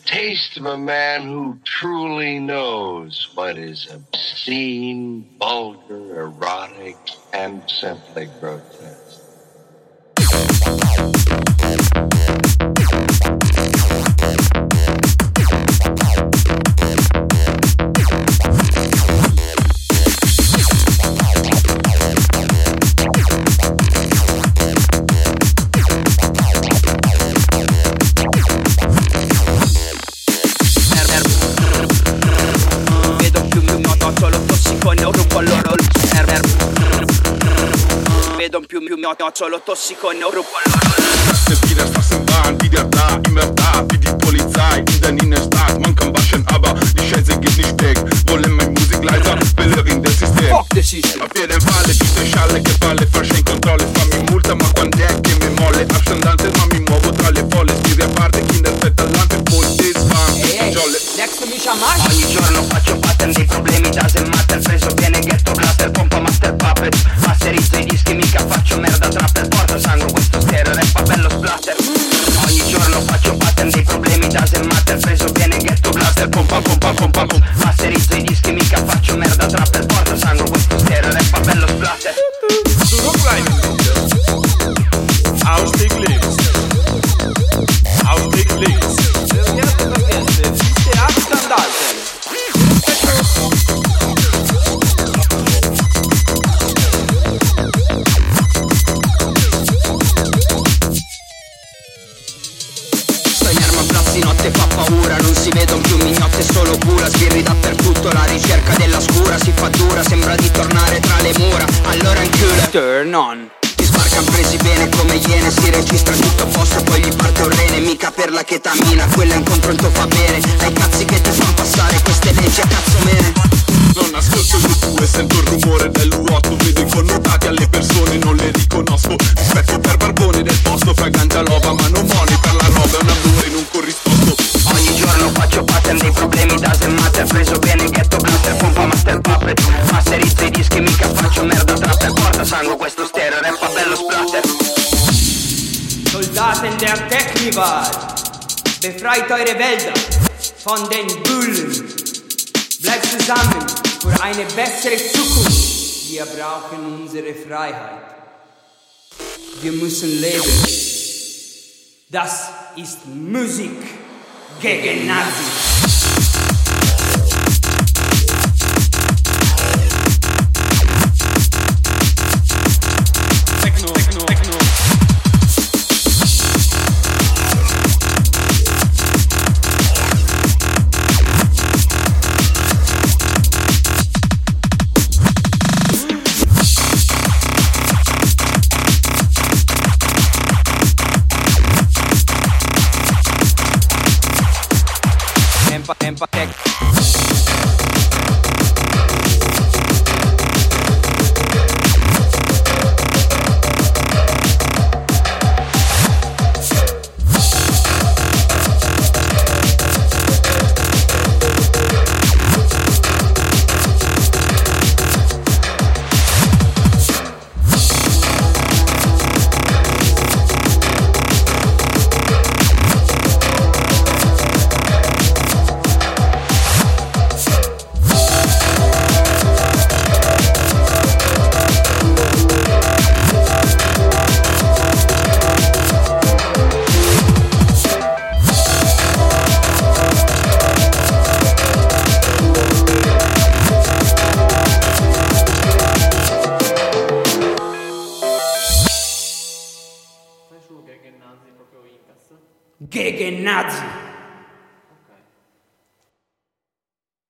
taste of a man who truly knows what is obscene, vulgar, erotic, and simply grotesque. Solo tossico in Europa. Wieder fassen Bahn, wieder da, immer da, wie die Polizei in der Innenstadt. Man kann waschen, aber die Scheiße geht nicht weg. Wollen meine Musik leiser, belören das System. Auf jeden Fall, diese Schale che palle, fascia Kontrolle, fammi multa, ma quando è che mi molle? Abstandante, ma mi muovo tra le folle, stile a parte, kinder petallante, poi te spam, jolle. Next mi chiamai. Ogni giorno faccio pattern dei problemi, doesn't matter, preso viene ghetto blaster, pompa master puppet, masterizzo i dischi, mica faccio merda trapper, porta sangue questo stereo, rappa bello splatter. Ogni giorno faccio pattern dei problemi, doesn't matter, preso viene ghetto blaster, pompa pompa pompa pompa, masterizzo i dischi, mica faccio merda trapper, porta sangue questo stereo, rappa bello splatter. Sono kleine Ausstieg links. Ausstieg links. Siete abstandate. Notte fa paura, non si vedono più mignotte, solo cura, sbirri dappertutto, la ricerca della scura si fa dura, sembra di tornare tra le mura, allora in culo Turn on. ti sbarcan presi bene come iene, si registra tutto a posto, poi gli parte un rene, mica per la chetamina, quella in confronto fa bene, ai cazzi che ti fanno passare queste leggi a cazzo mene. Non ascolto le tue, sento il rumore del vuoto, vedo i connotati alle persone, non le riconosco, rispetto per barbone del posto, fai ganja lova, ma non money per la roba, è un amore non corrisposto. Ogni giorno faccio pattern dei problemi, doesn't matter, preso bene ghetto blaster, pompa master puppet, masterizzo i dischi, mica faccio merda trapper, porta sangue questo stereo, rappa bello splatter. Soldaten der Technikwald, befreit eure Wälder von den Bullen. Bleibt zusammen für eine bessere Zukunft. Wir brauchen unsere Freiheit. Wir müssen leben. Das ist Musik gegen Nazis. Tempa tech. Gegen Nazi.